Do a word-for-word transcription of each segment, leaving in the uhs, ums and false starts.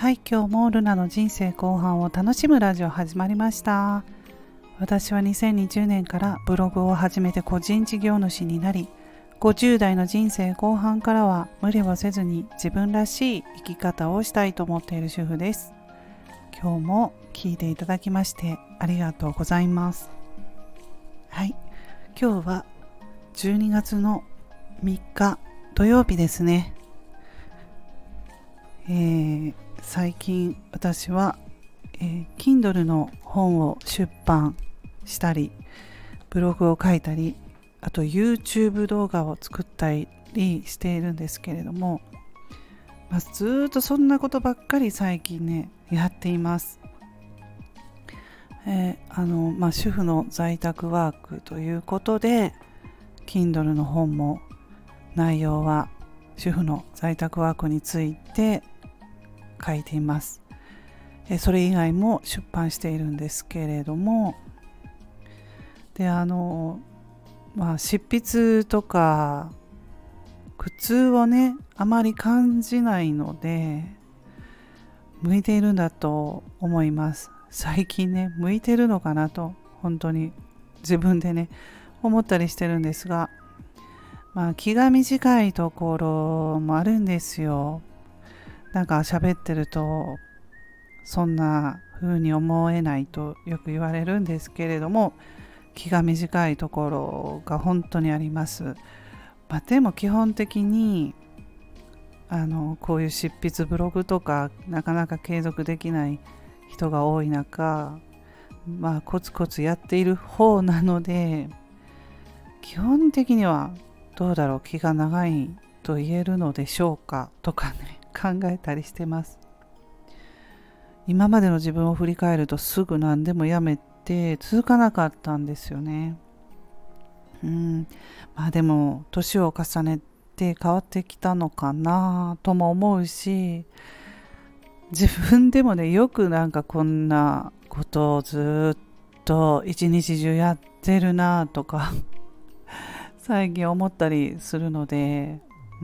はい、今日もルナの人生後半を楽しむラジオ始まりました。私はにせんにじゅうねんからブログを始めて個人事業主になり、ごじゅう代の人生後半からは無理をせずに自分らしい生き方をしたいと思っている主婦です。今日も聞いていただきましてありがとうございます。はい、今日はじゅうにがつのみっか土曜日ですね。えー、最近私は、えー、Kindle の本を出版したり、ブログを書いたり、あと YouTube 動画を作ったりしているんですけれども、まあ、ずっとそんなことばっかり最近ねやっています。えーあのまあ、主婦の在宅ワークということで Kindle の本も内容は主婦の在宅ワークについて書いています。えー、それ以外も出版しているんですけれども、であのまあ執筆とか苦痛をねあまり感じないので向いているんだと思います。最近ね向いてるのかなと本当に自分でね思ったりしてるんですが、まあ気が短いところもあるんですよ。なんか喋ってるとそんな風に思えないとよく言われるんですけれども、気が短いところが本当にあります。まあ、でも基本的にあのこういう執筆ブログとかなかなか継続できない人が多い中、まあコツコツやっている方なので、基本的にはどうだろう、気が長いと言えるのでしょうかとかね考えたりしてます。今までの自分を振り返るとすぐ何でもやめて続かなかったんですよね。うん、まあでも年を重ねて変わってきたのかなとも思うし、自分でもねよくなんかこんなことをずっと一日中やってるなとか最近思ったりするので、うん、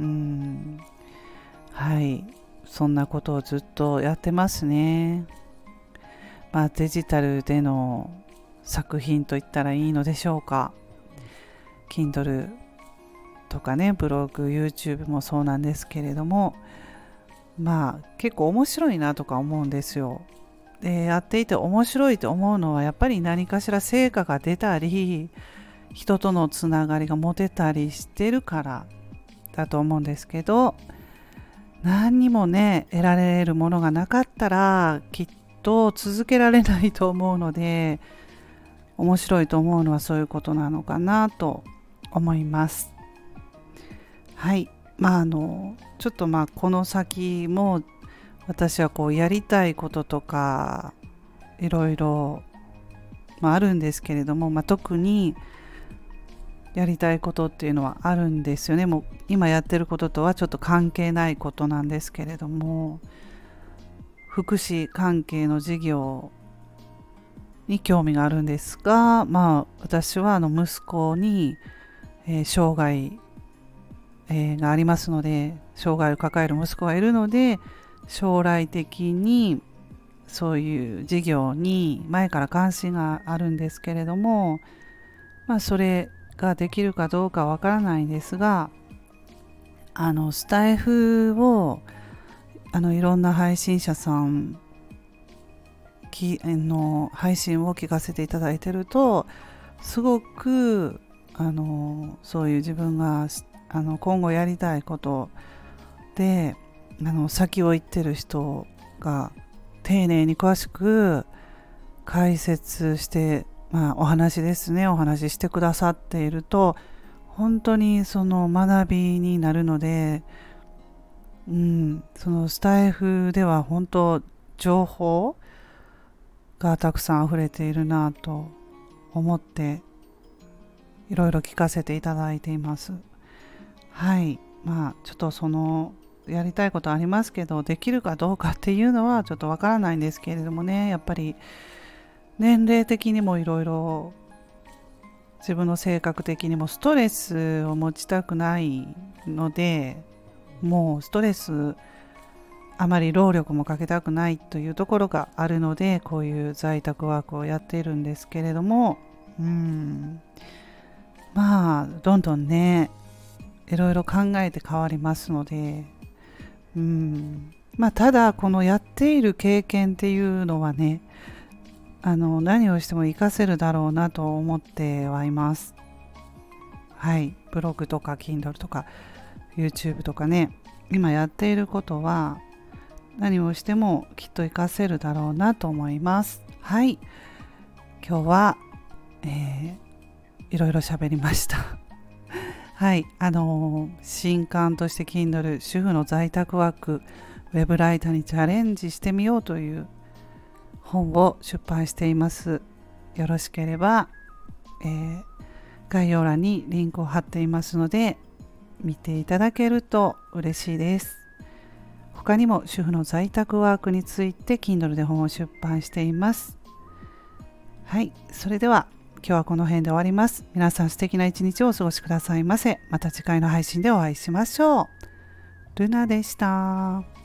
はい、そんなことをずっとやってますね。まあデジタルでの作品といったらいいのでしょうか。Kindle とかね、ブログ、YouTube もそうなんですけれども、まあ結構面白いなとか思うんですよ。で、やっていて面白いと思うのはやっぱり何かしら成果が出たり、人とのつながりが持てたりしてるからだと思うんですけど、何にもね得られるものがなかったらきっと続けられないと思うので、面白いと思うのはそういうことなのかなと思います。はい、まああのちょっとまあこの先も私はこうやりたいこととかいろいろ、まあ、あるんですけれども、まあ、特にやりたいことっていうのはあるんですよね。もう今やってることとはちょっと関係ないことなんですけれども、福祉関係の事業に興味があるんですが、まあ私はあの息子に、えー障害、えーがありますので、障害を抱える息子がいるので、将来的にそういう事業に前から関心があるんですけれども、まあそれができるかどうかわからないんですが、あのスタイフをあのいろんな配信者さんきの配信を聞かせていただいていると、すごくあのそういう自分があの今後やりたいことであの先を行ってる人が丁寧に詳しく解説して、まあ、お話ですねお話ししてくださっていると本当にその学びになるので、うん、そのスタイフでは本当情報がたくさん溢れているなと思っていろいろ聞かせていただいています。はい、まあちょっとそのやりたいことありますけど、できるかどうかっていうのはちょっとわからないんですけれどもね、やっぱり年齢的にもいろいろ自分の性格的にもストレスを持ちたくないので、もうストレスあまり労力もかけたくないというところがあるので、こういう在宅ワークをやっているんですけれども、うん、まあどんどんねいろいろ考えて変わりますので、うん、まあただこのやっている経験っていうのはね、あの何をしても活かせるだろうなと思ってはいます。はい、ブログとか Kindle とか YouTube とかね、今やっていることは何をしてもきっと活かせるだろうなと思います。はい、今日は、えー、いろいろ喋りましたはい、あのー、新刊として Kindle 主婦の在宅ワークウェブライターにチャレンジしてみようという本を出版しています。よろしければ、えー、概要欄にリンクを貼っていますので見ていただけると嬉しいです。他にも主婦の在宅ワークについて Kindle で本を出版しています。はい、それでは今日はこの辺で終わります。皆さん素敵な一日をお過ごしくださいませ。また次回の配信でお会いしましょう。ルナでした。